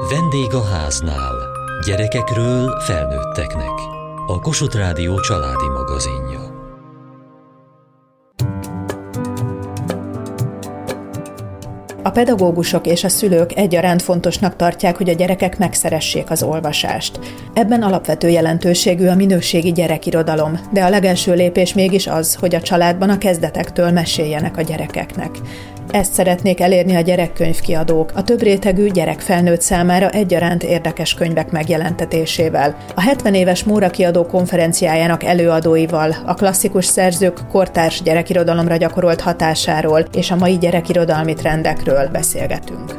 Vendég a háznál. Gyerekekről felnőtteknek. A Kossuth Rádió családi magazinja. A pedagógusok és a szülők egyaránt fontosnak tartják, hogy a gyerekek megszeressék az olvasást. Ebben alapvető jelentőségű a minőségi gyerekirodalom, de a legelső lépés mégis az, hogy a családban a kezdetektől meséljenek a gyerekeknek. Ezt szeretnék elérni a gyerekkönyvkiadók, a több rétegű gyerek-felnőtt számára egyaránt érdekes könyvek megjelentetésével. A 70 éves Móra kiadó konferenciájának előadóival a klasszikus szerzők kortárs gyerekirodalomra gyakorolt hatásáról és a mai gyerekirodalmi trendekről beszélgetünk.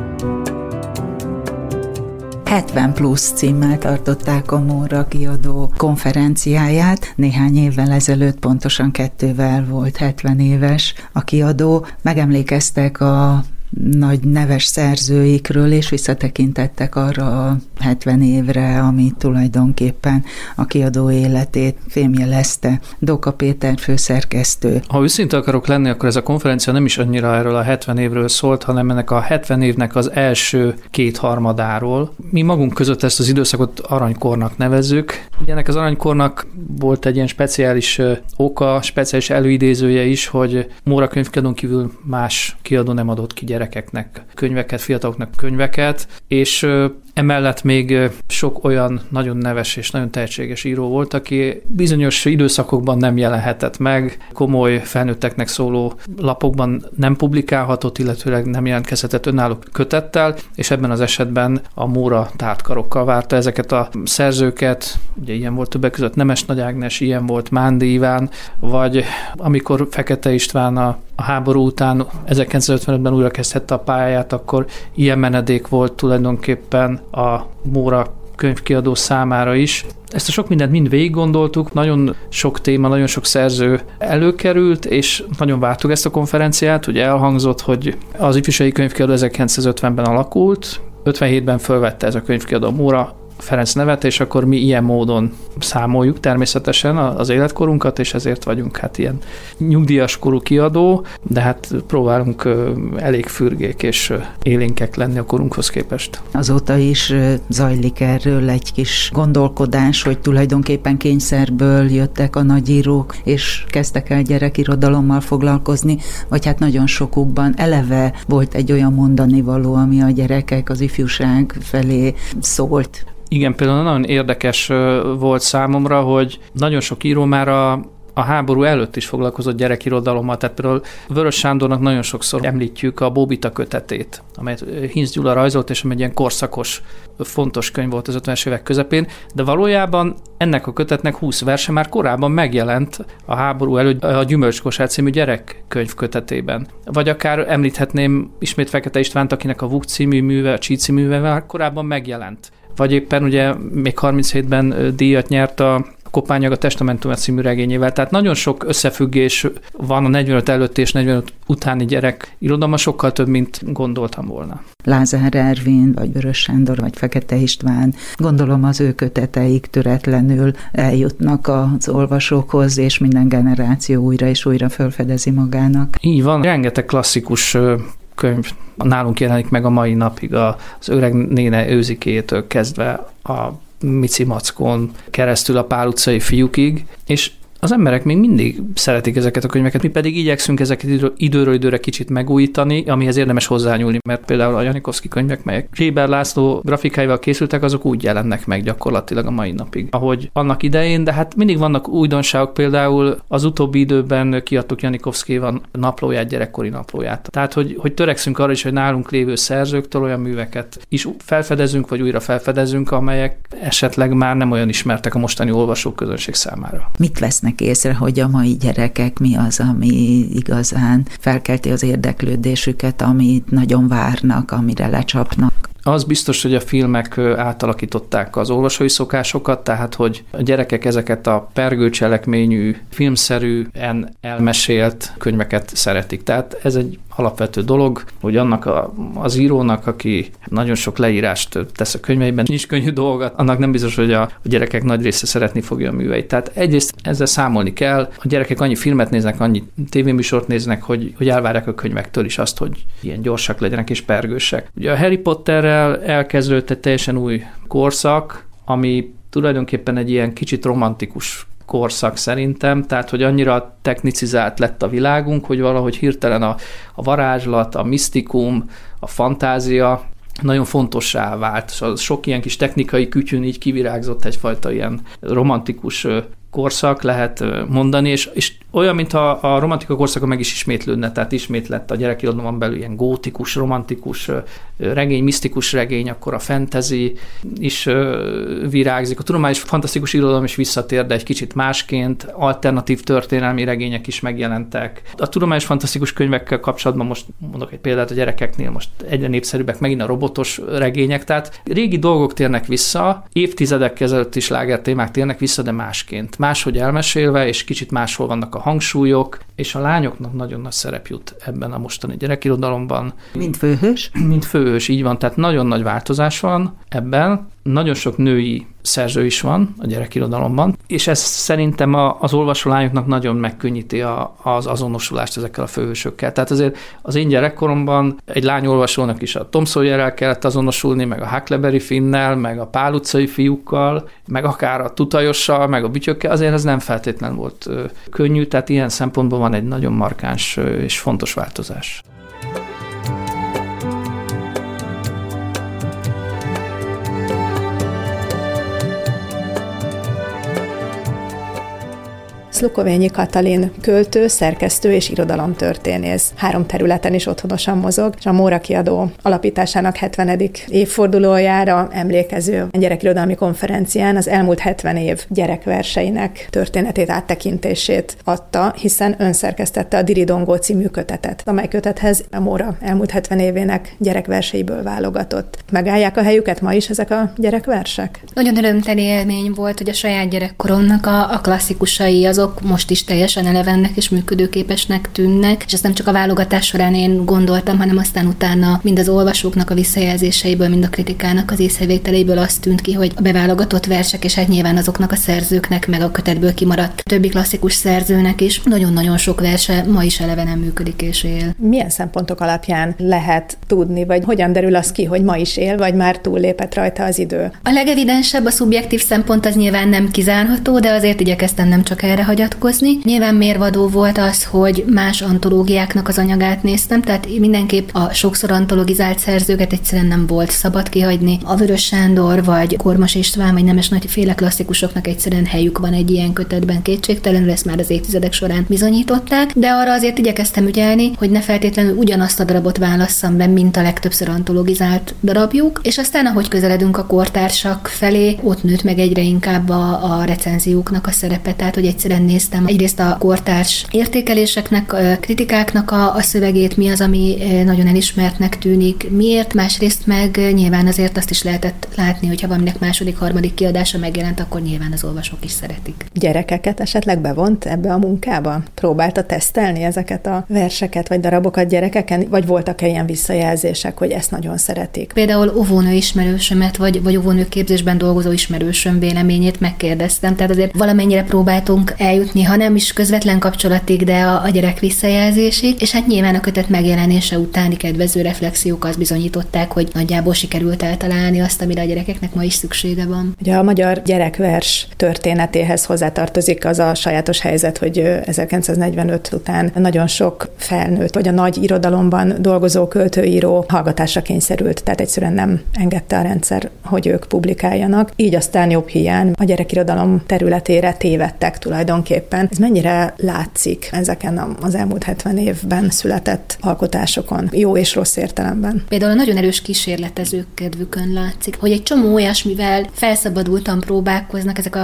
70 plusz címmel tartották a Móra kiadó konferenciáját. Néhány évvel ezelőtt, pontosan 2-vel volt 70 éves a kiadó. Megemlékeztek a nagy neves szerzőikről, és visszatekintettek arra a 70 évre, ami tulajdonképpen a kiadó életét fémjelezte. Dóka Péter főszerkesztő. Ha őszinte akarok lenni, akkor ez a konferencia nem is annyira erről a 70 évről szólt, hanem ennek a 70 évnek az első 2/3-áról. Mi magunk között ezt az időszakot aranykornak nevezzük. Ugye ennek az aranykornak volt egy ilyen speciális oka, speciális előidézője is, hogy Móra könyvkiadón kívül más kiadó nem adott ki gyerekeknek könyveket, fiataloknak könyveket, és emellett még sok olyan nagyon neves és nagyon tehetséges író volt, aki bizonyos időszakokban nem jelenhetett meg, komoly felnőtteknek szóló lapokban nem publikálhatott, illetőleg nem jelentkezhetett önálló kötettel, és ebben az esetben a Móra tártkarokkal várta ezeket a szerzőket. Ugye ilyen volt többek között Nemes Nagy Ágnes, ilyen volt Mándi Iván, vagy amikor Fekete István a háború után 1955-ben újra kezdhette a pályáját, akkor ilyen menedék volt tulajdonképpen a Móra könyvkiadó számára is. Ezt a sok mindent mind végig gondoltuk, nagyon sok téma, nagyon sok szerző előkerült, és nagyon vártuk ezt a konferenciát. Ugye elhangzott, hogy az ifjúsági könyvkiadó 1950-ben alakult, 57-ben fölvette ez a könyvkiadó a Móra Ferenc nevet, és akkor mi ilyen módon számoljuk természetesen az életkorunkat, és ezért vagyunk hát ilyen nyugdíjas korú kiadó, de hát próbálunk elég fürgék és élénkek lenni a korunkhoz képest. Azóta is zajlik erről egy kis gondolkodás, hogy tulajdonképpen kényszerből jöttek a nagyírók, és kezdtek el gyerekirodalommal foglalkozni, vagy hát nagyon sokukban eleve volt egy olyan mondanivaló, ami a gyerekek, az ifjúság felé szólt. Igen, például nagyon érdekes volt számomra, hogy nagyon sok író már a háború előtt is foglalkozott gyerekirodalommal, tehát például Vörös Sándornak nagyon sokszor említjük a Bóbita kötetét, amelyet Hinz Gyula rajzolt, és amely egy ilyen korszakos, fontos könyv volt az 50-es évek közepén, de valójában ennek a kötetnek 20 verse már korábban megjelent a háború előtt a Gyümölcskosár című gyerekkönyv kötetében. Vagy akár említhetném ismét Fekete Istvánt, akinek a Vuk című műve, a Csí című műve már korábban megjelent. Vagy éppen ugye még 37-ben díjat nyert a Kopányag a Testamentum című regényével. Tehát nagyon sok összefüggés van a 45 előtt és 45 utáni gyerek irodalma, sokkal több, mint gondoltam volna. Lázár Ervin, vagy Vörös Sándor, vagy Fekete István, gondolom az ő köteteik töretlenül eljutnak az olvasókhoz, és minden generáció újra és újra felfedezi magának. Így van, rengeteg klasszikus könyv nálunk jelenik meg a mai napig, az Öreg néne Őzikéjétől kezdve a Mici Mackón keresztül a Pál utcai fiúkig, és az emberek még mindig szeretik ezeket a könyveket, mi pedig igyekszünk ezeket időről időre kicsit megújítani, amihez érdemes hozzányúlni, mert például a Janikovszky könyvek, melyek Zséber László grafikáival készültek, azok úgy jelennek meg gyakorlatilag a mai napig, ahogy annak idején, de hát mindig vannak újdonságok, például az utóbbi időben kiadtuk Janikovszkyval naplóját, gyerekkori naplóját. Tehát, hogy törekszünk arra is, hogy nálunk lévő szerzőktől olyan műveket is felfedezünk, vagy újra felfedezünk, amelyek esetleg már nem olyan ismertek a mostani olvasóközönség számára. Mit vesznek észre, hogy a mai gyerekek mi az, ami igazán felkelti az érdeklődésüket, amit nagyon várnak, amire lecsapnak? Az biztos, hogy a filmek átalakították az olvasói szokásokat, tehát hogy a gyerekek ezeket a pergőcselekményű, filmszerűen elmesélt könyveket szeretik. Tehát ez egy alapvető dolog, hogy annak az írónak, aki nagyon sok leírást tesz a könyveiben, nincs könnyű dolga, annak nem biztos, hogy a gyerekek nagy része szeretni fogja a műveit. Tehát egyrészt ezzel számolni kell, a gyerekek annyi filmet néznek, annyi tévéműsort néznek, hogy elvárják a könyvektől is azt, hogy ilyen gyorsak legyenek és pergősek. Ugye a Harry Potterrel elkezdődött egy teljesen új korszak, ami tulajdonképpen egy ilyen kicsit romantikus korszak szerintem, tehát hogy annyira technicizált lett a világunk, hogy valahogy hirtelen a varázslat, a misztikum, a fantázia nagyon fontossá vált. Sok ilyen kis technikai kütyűn így kivirágzott egyfajta ilyen romantikus korszak, lehet mondani, és olyan, mintha a romantika korszaka meg is ismétlődne, tehát ismét lett a gyerekirodalomban belül ilyen gótikus, romantikus regény, misztikus regény, akkor a fantasy is virágzik. A tudományos fantasztikus irodalom is visszatér, de egy kicsit másként, alternatív történelmi regények is megjelentek. A tudományos fantasztikus könyvekkel kapcsolatban most mondok egy példát a gyerekeknél, most egyre népszerűbbek megint a robotos regények, tehát régi dolgok térnek vissza, évtizedekkel ezelőtt is slágertémák térnek vissza, de másként. Máshogy elmesélve, és kicsit máshol vannak a hangsúlyok, és a lányoknak nagyon nagy szerep jut ebben a mostani gyerekirodalomban. Mint főhős? Mint főhős, így van, tehát nagyon nagy változás van ebben. Nagyon sok női szerző is van a gyerekirodalomban, és ez szerintem az olvasó lányoknak nagyon megkönnyíti az azonosulást ezekkel a főhősökkel. Tehát azért az én gyerekkoromban egy lányolvasónak is a Tom Sawyerrel kellett azonosulni, meg a Huckleberry Finnnel, meg a Pál utcai fiúkkal, meg akár a Tutajossal, meg a Bütyökkel, azért ez nem feltétlen volt könnyű, tehát ilyen szempontból van egy nagyon markáns és fontos változás. Szlukovényi Katalin költő, szerkesztő és irodalomtörténész. 3 területen is otthonosan mozog, és a Móra Kiadó alapításának 70. évfordulójára emlékező gyerekirodalmi konferencián az elmúlt 70 év gyerekverseinek történetét, áttekintését adta, hiszen önszerkesztette a Diridongó című kötetet, amely kötethez a Móra elmúlt 70 évének gyerekverseiből válogatott. Megállják a helyüket ma is ezek a gyerekversek? Nagyon örömteli élmény volt, hogy a saját gyerekkoromnak a klasszikusai azok most is teljesen elevennek és működőképesnek tűnnek, és ezt nem csak a válogatás során én gondoltam, hanem aztán utána mind az olvasóknak a visszajelzéseiből, mind a kritikának az észrevételeiből azt tűnt ki, hogy a beválogatott versek, és hát nyilván azoknak a szerzőknek, meg a kötetből kimaradt többi klasszikus szerzőnek is nagyon-nagyon sok verse ma is elevenen működik és él. Milyen szempontok alapján lehet tudni, vagy hogyan derül az ki, hogy ma is él, vagy már túllépett rajta az idő? A legevidensebb, a szubjektív szempont az nyilván nem kizárható, de azért igyekeztem nem csak erre hagyatkozni. Nyilván mérvadó volt az, hogy más antológiáknak az anyagát néztem, tehát mindenképp a sokszor antologizált szerzőket egyszerűen nem volt szabad kihagyni. A Vörös Sándor, vagy Kormos István, vagy Nemes Nagyféle klasszikusoknak egyszerűen helyük van egy ilyen kötetben, kétségtelenül, ezt már az évtizedek során bizonyították, de arra azért igyekeztem ügyelni, hogy ne feltétlenül ugyanazt a darabot válasszam be, mint a legtöbbször antologizált darabjuk, és aztán, ahogy közeledünk a kortársak felé, ott nőtt meg egyre inkább a recenzióknak a szerepe, tehát hogy egyszerűen néztem egyrészt a kortárs értékeléseknek, kritikáknak a szövegét, mi az, ami nagyon elismertnek tűnik, miért, másrészt meg nyilván azért azt is lehetett látni, hogyha valaminek második, harmadik kiadása megjelent, akkor nyilván az olvasók is szeretik. Gyerekeket esetleg bevont ebbe a munkába? Próbálta tesztelni ezeket a verseket vagy darabokat gyerekeken, vagy voltak-e ilyen visszajelzések, hogy ezt nagyon szeretik? Például óvónő ismerősömet, vagy óvónő képzésben dolgozó ismerősöm véleményét megkérdeztem, tehát azért valamennyire próbáltunk eljutni, ha nem is közvetlen kapcsolatig, de a gyerek visszajelzésig, és hát nyilván a kötet megjelenése utáni kedvező reflexiók azt bizonyították, hogy nagyjából sikerült eltalálni azt, amire a gyerekeknek ma is szüksége van. Ugye a magyar gyerekvers történetéhez hozzátartozik az a sajátos helyzet, hogy 1945 után nagyon sok felnőtt, vagy a nagy irodalomban dolgozó költőíró hallgatásra kényszerült, tehát egyszerűen nem engedte a rendszer, hogy ők publikáljanak. Így aztán jobb hiány a gyerekirodalom területére tévedtek tulajdonképpen. Ez mennyire látszik ezeken az elmúlt 70 évben született alkotásokon, jó és rossz értelemben? Például a nagyon erős kísérletezők kedvükön látszik, hogy egy csomó olyasmivel felszabadultan próbálkoznak ezek a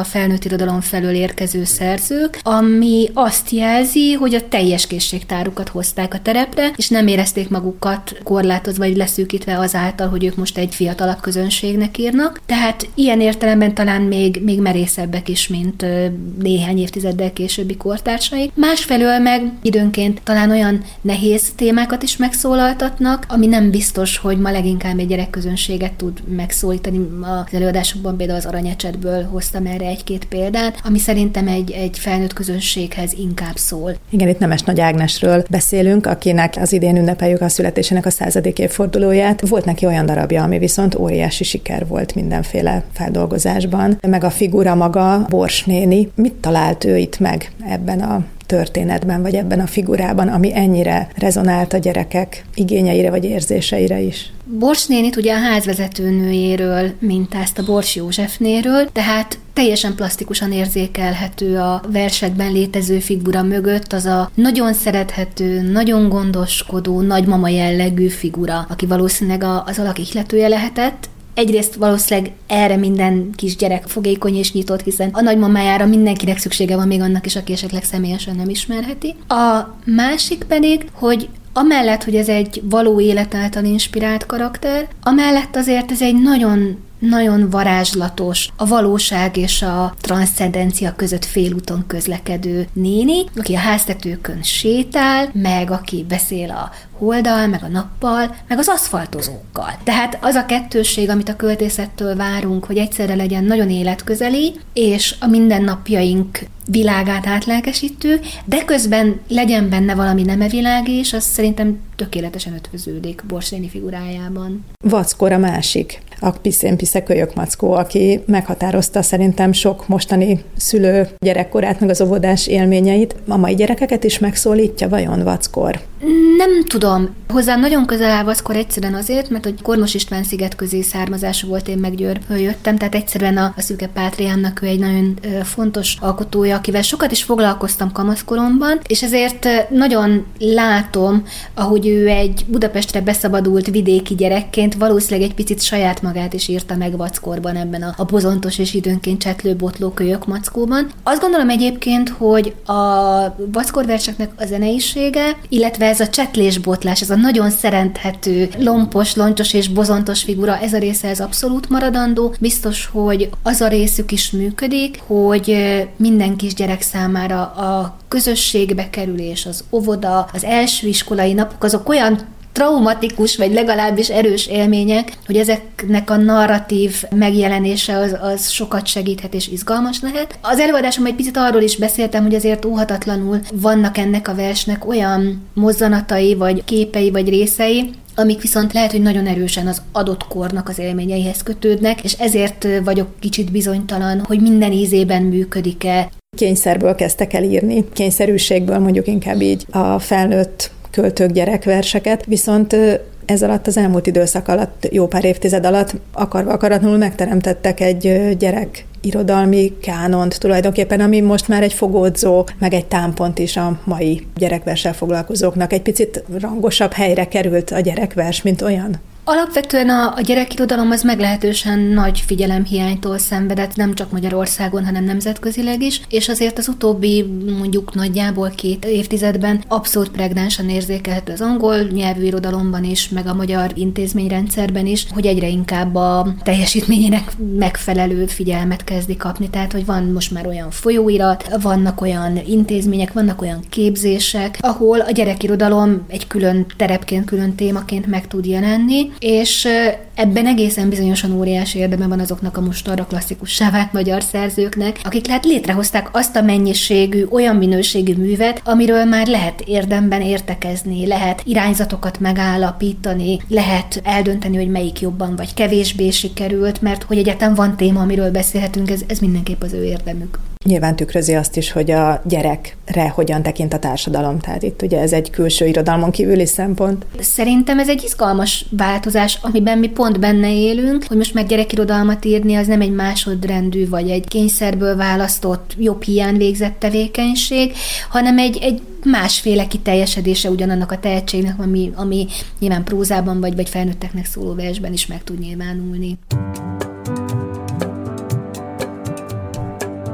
felnőtt irodalom felől érkező szerzők, ami azt jelzi, hogy a teljes készségtárukat hozták a terepre, és nem érezték magukat korlátozva vagy leszűkítve azáltal, hogy ők most egy fiatalabb közönségnek írnak. Tehát ilyen értelemben talán még merészebbek is, mint néhány évtizeddel későbbi kortársaik. Másfelől meg időnként talán olyan nehéz témákat is megszólaltatnak, ami nem biztos, hogy ma leginkább egy gyerekközönséget tud megszólítani. Az előadásokban például az Aranyecsetből hoztam erre egy-két példát, ami szerintem egy felnőtt közönséghez inkább szól. Igen, itt Nemes Nagy Ágnesről beszélünk, akinek az idén ünnepeljük a születésének a 100. évfordulóját. Volt neki olyan darabja, ami viszont óriási siker volt mindenféle feldolgozásban. Meg a figura maga, Bors néni. Mit talált ő itt meg ebben a történetben, vagy ebben a figurában, ami ennyire rezonált a gyerekek igényeire, vagy érzéseire is? Bors nénit ugye a házvezetőnőjéről mintázta Bors Józsefnéről, tehát teljesen plastikusan érzékelhető a versekben létező figura mögött az a nagyon szerethető, nagyon gondoskodó, nagymama jellegű figura, aki valószínűleg az alak ihletője lehetett. Egyrészt valószínűleg erre minden kisgyerek fogékony és nyitott, hiszen a nagymamájára mindenkinek szüksége van, még annak is, aki esetleg személyesen nem ismerheti. A másik pedig, hogy amellett, hogy ez egy való élet által inspirált karakter, amellett azért ez egy nagyon varázslatos, a valóság és a transzcendencia között félúton közlekedő néni, aki a háztetőkön sétál, meg aki beszél a holddal, meg a nappal, meg az aszfaltozókkal. Tehát az a kettősség, amit a költészettől várunk, hogy egyszerre legyen nagyon életközeli, és a mindennapjaink világát átlelkesítő, de közben legyen benne valami nemevilág is, az szerintem tökéletesen ötvöződik Bors néni figurájában. Vackor a másik, a piszén-pisze kölyök mackó, aki meghatározta szerintem sok mostani szülő gyerekkorát, meg az óvodás élményeit. A mai gyerekeket is megszólítja vajon Vackor? Nem tudom. Hozzám nagyon közel áll Vackor egyszerűen azért, mert hogy Kormos István szigetközi származású volt, én meg Győrből jöttem, tehát egyszerűen a Szűke Pátriának ő egy nagyon fontos alkotója, akivel sokat is foglalkoztam kamaszkoromban, és ezért nagyon látom, ahogy ő egy Budapestre beszabadult vidéki gyerekként valószínűleg egy picit saját magát is írta meg Vackorban, ebben a bozontos és időnként csetlő-botló kölyök mackóban. Azt gondolom egyébként, hogy a Vackor verseknek a zeneisége, illetve ez a csetlés-botlás, ez a nagyon szerethető, lompos, loncsos és bozontos figura, ez a része ez abszolút maradandó. Biztos, hogy az a részük is működik, hogy minden kisgyerek számára a közösségbe kerülés, az óvoda, az első iskolai napok, azok olyan traumatikus, vagy legalábbis erős élmények, hogy ezeknek a narratív megjelenése az sokat segíthet és izgalmas lehet. Az előadásomban egy picit arról is beszéltem, hogy azért óhatatlanul vannak ennek a versnek olyan mozzanatai, vagy képei, vagy részei, amik viszont lehet, hogy nagyon erősen az adott kornak az élményeihez kötődnek, és ezért vagyok kicsit bizonytalan, hogy minden ízében működik-e. Kényszerből kezdtek el írni, kényszerűségből mondjuk inkább így a felnőtt költők gyerekverseket, viszont ez alatt az elmúlt időszak alatt, jó pár évtized alatt akarva akaratlanul megteremtettek egy gyerekirodalmi kánont tulajdonképpen, ami most már egy fogódzó, meg egy támpont is a mai gyerekverssel foglalkozóknak. Egy picit rangosabb helyre került a gyerekvers, mint olyan. Alapvetően a gyerekirodalom az meglehetősen nagy figyelemhiánytól szenvedett, nem csak Magyarországon, hanem nemzetközileg is, és azért az utóbbi mondjuk nagyjából 2 évtizedben abszolút pregnánsan érzékelhető az angol nyelvű irodalomban is, meg a magyar intézményrendszerben is, hogy egyre inkább a teljesítményének megfelelő figyelmet kezdi kapni. Tehát, hogy van most már olyan folyóirat, vannak olyan intézmények, vannak olyan képzések, ahol a gyerekirodalom egy külön terepként, külön témaként meg tud jelenni, és ebben egészen bizonyosan óriási érdeme van azoknak a most arra klasszikussá vált magyar szerzőknek, akik létrehozták azt a mennyiségű, olyan minőségű művet, amiről már lehet érdemben értekezni, lehet irányzatokat megállapítani, lehet eldönteni, hogy melyik jobban vagy kevésbé sikerült, mert hogy egyáltalán van téma, amiről beszélhetünk, ez mindenképp az ő érdemük. Nyilván tükrözi azt is, hogy a gyerekre hogyan tekint a társadalom, tehát itt ugye ez egy külső irodalmon kívüli szempont. Szerintem ez egy izgalmas változás, amiben mi pont benne élünk, hogy most már gyerekirodalmat írni az nem egy másodrendű, vagy egy kényszerből választott, jobb hiány végzett tevékenység, hanem egy másféle kiteljesedése ugyanannak a tehetségnek, ami nyilván prózában vagy felnőtteknek szóló versben is meg tud nyilvánulni.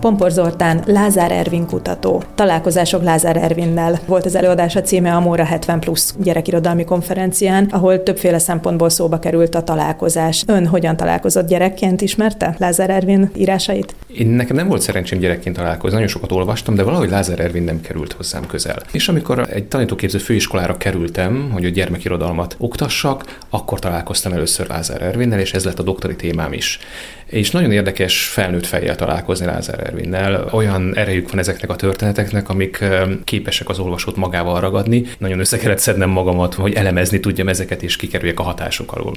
Kompor Zoltán, Lázár Ervin kutató. Találkozások Lázár Ervinnel volt az előadása címe a Móra 70+ gyerekirodalmi konferencián, ahol többféle szempontból szóba került a találkozás. Ön hogyan találkozott gyerekként, ismerte Lázár Ervin írásait? Nekem nem volt szerencsém gyerekként találkozni, nagyon sokat olvastam, de valahogy Lázár Ervin nem került hozzám közel. És amikor egy tanítóképző főiskolára kerültem, hogy a gyermekirodalmat oktassak, akkor találkoztam először Lázár Ervinnel, és ez lett a doktori témám is. És nagyon érdekes felnőtt fejjel találkozni Lázár Ervinnel. Olyan erejük van ezeknek a történeteknek, amik képesek az olvasót magával ragadni. Nagyon össze kellett szednem magamat, hogy elemezni tudjam ezeket, és kikerüljek a hatások alól.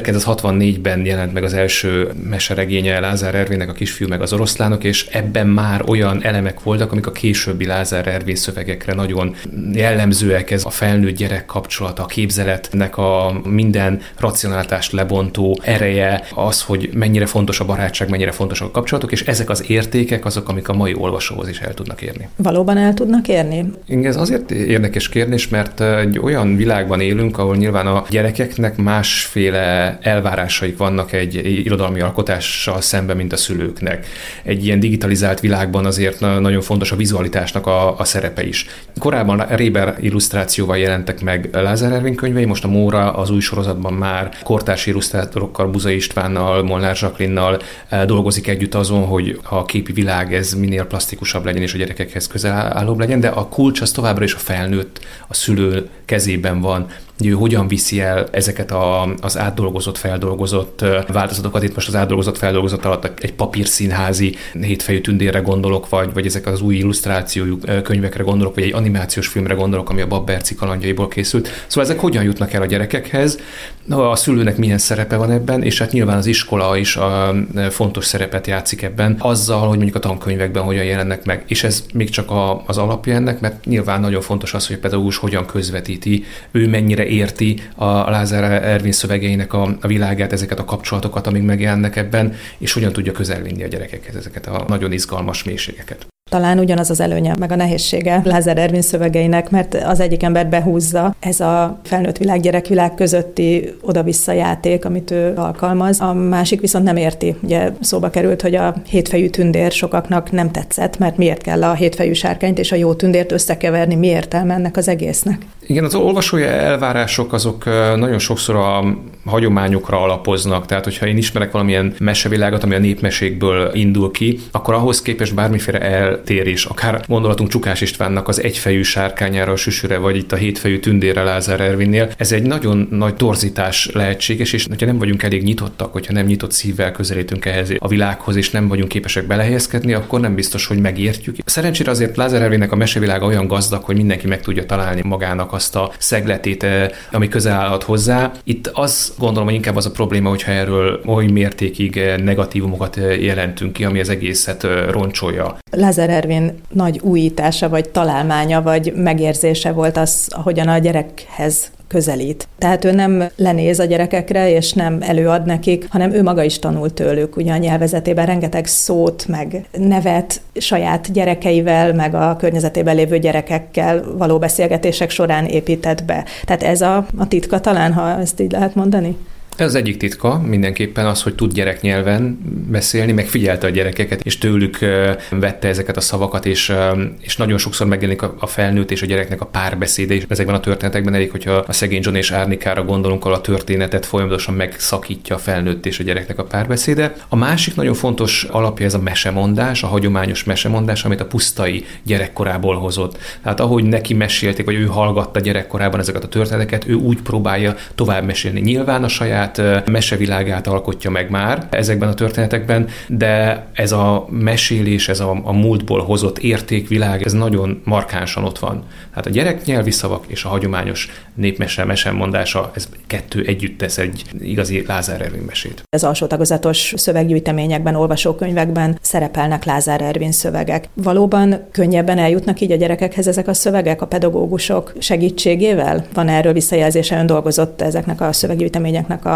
1964-ben jelent meg az első meseregénye Lázár Ervinnek, A kisfiú meg az oroszlánok, és ebben már olyan elemek voltak, amik a későbbi Lázár Ervin szövegekre nagyon jellemzőek. Ez a felnőtt gyerek kapcsolata, a képzeletnek a minden racionalitást lebontó ereje, az, hogy mennyire fontos a barátság, mennyire fontosak a kapcsolatok, és ezek az értékek azok, amik a mai olvasóhoz is el tudnak érni. Valóban el tudnak érni? Ez azért érdekes kérdés, mert egy olyan világban élünk, ahol nyilván a gyerekeknek másféle elvárásaik vannak egy irodalmi alkotással szemben, mint a szülőknek. Egy ilyen digitalizált világban azért nagyon fontos a vizualitásnak a szerepe is. Korábban Réber illusztrációval jelentek meg Lázár Ervin könyvei, most a Móra az új sorozatban már kortárs illusztrátorokkal, Buzai Istvánnal, Molnár Zsaklinnal dolgozik együtt azon, hogy a képi világ ez minél plastikusabb legyen, és a gyerekekhez közel állóbb legyen, de a kulcs az továbbra is a felnőtt, a szülő kezében van, hogy ő hogyan viszi el ezeket az átdolgozott, feldolgozott változatokat. Itt most az átdolgozott, feldolgozott alatt egy papírszínházi hétfejű tündérre gondolok, vagy ezek az új illusztrációjú könyvekre gondolok, vagy egy animációs filmre gondolok, ami a Babberci kalandjaiból készült. Szóval ezek hogyan jutnak el a gyerekekhez, a szülőnek milyen szerepe van ebben, és hát nyilván az iskola is fontos szerepet játszik ebben, azzal, hogy mondjuk a tankönyvekben hogyan jelennek meg. És ez még csak az alapja ennek, mert nyilván nagyon fontos az, hogy a pedagógus hogyan közvetíti, ő mennyire érti a Lázár Ervin szövegeinek a világát, ezeket a kapcsolatokat, amik megjelennek ebben, és hogyan tudja közelvinni a gyerekekhez ezeket a nagyon izgalmas mélységeket. Talán ugyanaz az előnye, meg a nehézsége Lázár Ervin szövegeinek, mert az egyik ember behúzza, ez a felnőtt világ, gyerekvilág közötti oda-vissza játék, amit ő alkalmaz, a másik viszont nem érti. Ugye szóba került, hogy a hétfejű tündér sokaknak nem tetszett, mert miért kell a hétfejű sárkányt és a jó tündért összekeverni, mi értelme ennek az egésznek? Igen, az olvasói elvárások azok nagyon sokszor a hagyományokra alapoznak, tehát hogyha én ismerek valamilyen mesevilágot, ami a népmesékből indul ki, akkor ahhoz képest bármiféle eltérés, akár gondolatunk Csukás Istvánnak az egyfejű sárkányára, a süsüre, vagy itt a hétfejű tündérre Lázár Ervinnél, ez egy nagyon nagy torzítás lehetséges, és hogyha nem vagyunk elég nyitottak, hogyha nem nyitott szívvel közelítünk ehhez a világhoz, és nem vagyunk képesek belehelyezkedni, akkor nem biztos, hogy megértjük. Szerencsére azért Lázár Ervinnek a mesevilága olyan gazdag, hogy mindenki meg tudja találni magának azt a szegletét, ami közel állhat hozzá. Itt az gondolom, hogy inkább az a probléma, hogyha erről oly mértékig negatívumokat jelentünk ki, ami az egészet roncsolja. Lázár Ervin nagy újítása, vagy találmánya, vagy megérzése volt az, ahogyan a gyerekhez közelít. Tehát ő nem lenéz a gyerekekre, és nem előad nekik, hanem ő maga is tanul tőlük. Ugye a nyelvezetében rengeteg szót, meg nevet saját gyerekeivel, meg a környezetében lévő gyerekekkel való beszélgetések során épített be. Tehát ez a titka talán, ha ezt így lehet mondani? Ez az egyik titka mindenképpen az, hogy tud gyereknyelven beszélni, megfigyelte a gyerekeket, és tőlük vette ezeket a szavakat, és nagyon sokszor megjelenik a felnőtt és a gyereknek a párbeszéde, és ezekben a történetekben elég, hogyha a szegény John és Árnikára gondolunk, ahol a történetet folyamatosan megszakítja a felnőtt és a gyereknek a párbeszéde. A másik nagyon fontos alapja ez a mesemondás, a hagyományos mesemondás, amit a Pusztai gyerekkorából hozott. Tehát ahogy neki mesélték, vagy ő hallgatta gyerekkorában ezeket a történeteket, ő úgy próbálja tovább mesélni. Nyilván a saját mesevilágát alkotja meg már ezekben a történetekben, de ez a mesélés, ez a múltból hozott értékvilág, ez nagyon markánsan ott van. Tehát a gyereknyelvi szavak és a hagyományos népmese, mesemondása, ez kettő együtt tesz egy igazi Lázár Ervin mesét. Az alsó tagozatos szöveggyűjteményekben, olvasókönyvekben szerepelnek Lázár Ervin szövegek. Valóban könnyebben eljutnak így a gyerekekhez ezek a szövegek a pedagógusok segítségével? Van erről visszajelzése, ön dolgozott ezeknek a szöveggyűjteményeknek a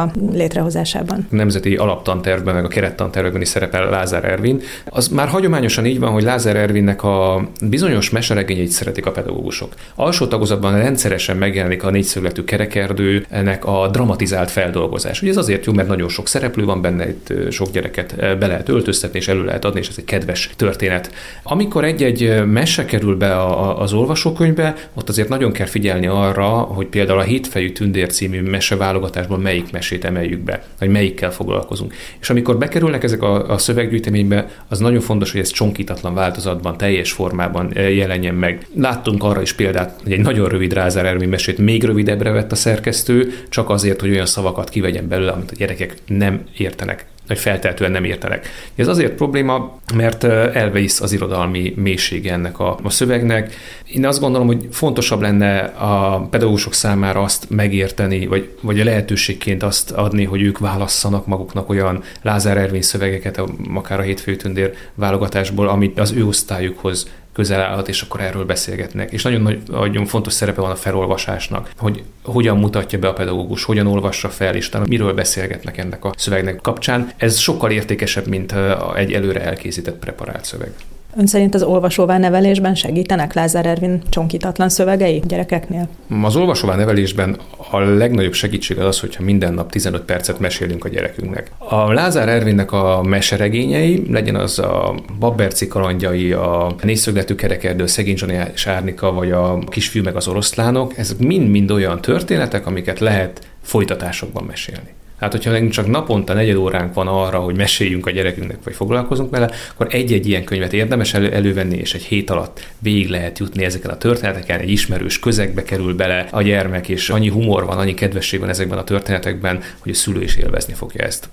a létrehozásában. A nemzeti alaptantervben, meg a kerettantervben is szerepel Lázár Ervin. Az már hagyományosan így van, hogy Lázár Ervinnek a bizonyos meseregényeit szeretik a pedagógusok. Alsó tagozatban rendszeresen megjelenik a négyszögletű kerekerdőnek a dramatizált feldolgozás. Ugye ez azért jó, mert nagyon sok szereplő van benne, itt sok gyereket be lehet öltöztetni, és elő lehet adni, és ez egy kedves történet. Amikor egy mese kerül be az olvasókönyvbe, ott azért nagyon kell figyelni arra, hogy például a Hétfejű tündér című meseválogatásból melyik mesét emeljük be, vagy melyikkel foglalkozunk. És amikor bekerülnek ezek a szöveggyűjteménybe, az nagyon fontos, hogy ez csonkítatlan változatban, teljes formában jelenjen meg. Láttunk arra is példát, hogy egy nagyon rövid Lázár Ervin mesét még rövidebbre vett a szerkesztő, csak azért, hogy olyan szavakat kivegyen belőle, amit a gyerekek nem értenek, vagy feltehetően nem értenek. Ez azért probléma, mert elvisz az irodalmi mélysége ennek a szövegnek. Én azt gondolom, hogy fontosabb lenne a pedagógusok számára azt megérteni, vagy a lehetőségként azt adni, hogy ők válasszanak maguknak olyan Lázár Ervin szövegeket, akár a Hétfejű tündér válogatásból, amit az ő osztályukhoz közel állhat, és akkor erről beszélgetnek. És nagyon fontos szerepe van a felolvasásnak, hogy hogyan mutatja be a pedagógus, hogyan olvassa fel, és miről beszélgetnek ennek a szövegnek kapcsán. Ez sokkal értékesebb, mint egy előre elkészített preparált szöveg. Ön szerint az olvasóvá nevelésben segítenek Lázár Ervin csonkítatlan szövegei gyerekeknél? Az olvasóvá nevelésben a legnagyobb segítség az, hogyha minden nap 15 percet mesélünk a gyerekünknek. A Lázár Ervinnek a meseregényei, legyen az a Babberci kalandjai, a Négyszögletű kerekerdő, Szegény Zsani és Árnika, vagy a Kisfiú meg az oroszlánok, ezek mind-mind olyan történetek, amiket lehet folytatásokban mesélni. Hát, hogyha nekünk csak naponta 4 óránk van arra, hogy meséljünk a gyerekünknek, vagy foglalkozunk vele, akkor egy-egy ilyen könyvet érdemes elővenni, és egy hét alatt végig lehet jutni ezeken a történeteken, egy ismerős közegbe kerül bele a gyermek, és annyi humor van, annyi kedvesség van ezekben a történetekben, hogy a szülő is élvezni fogja ezt.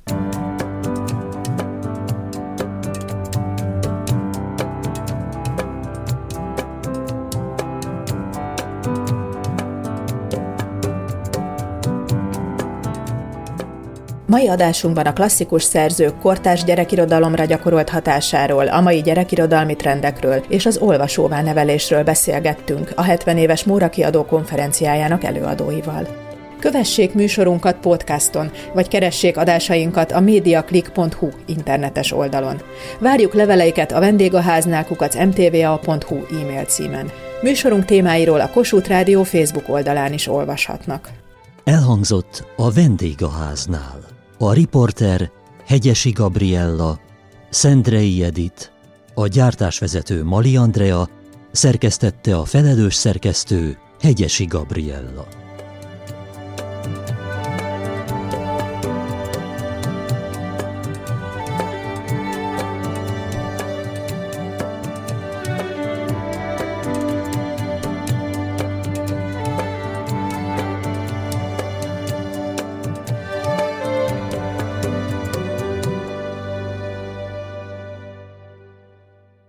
Mai adásunkban a klasszikus szerzők kortárs gyerekirodalomra gyakorolt hatásáról, a mai gyerekirodalmi trendekről és az olvasóvá nevelésről beszélgettünk a 70 éves Móra Kiadó konferenciájának előadóival. Kövessék műsorunkat podcaston, vagy keressék adásainkat a mediaclick.hu internetes oldalon. Várjuk leveleiket a vendégháznál@mtva.hu e-mail címen. Műsorunk témáiról a Kossuth Rádió Facebook oldalán is olvashatnak. Elhangzott a Vendégháznál. A riporter Hegyesi Gabriella, Szendrei Edit, a gyártásvezető Mali Andrea, szerkesztette a felelős szerkesztő Hegyesi Gabriella.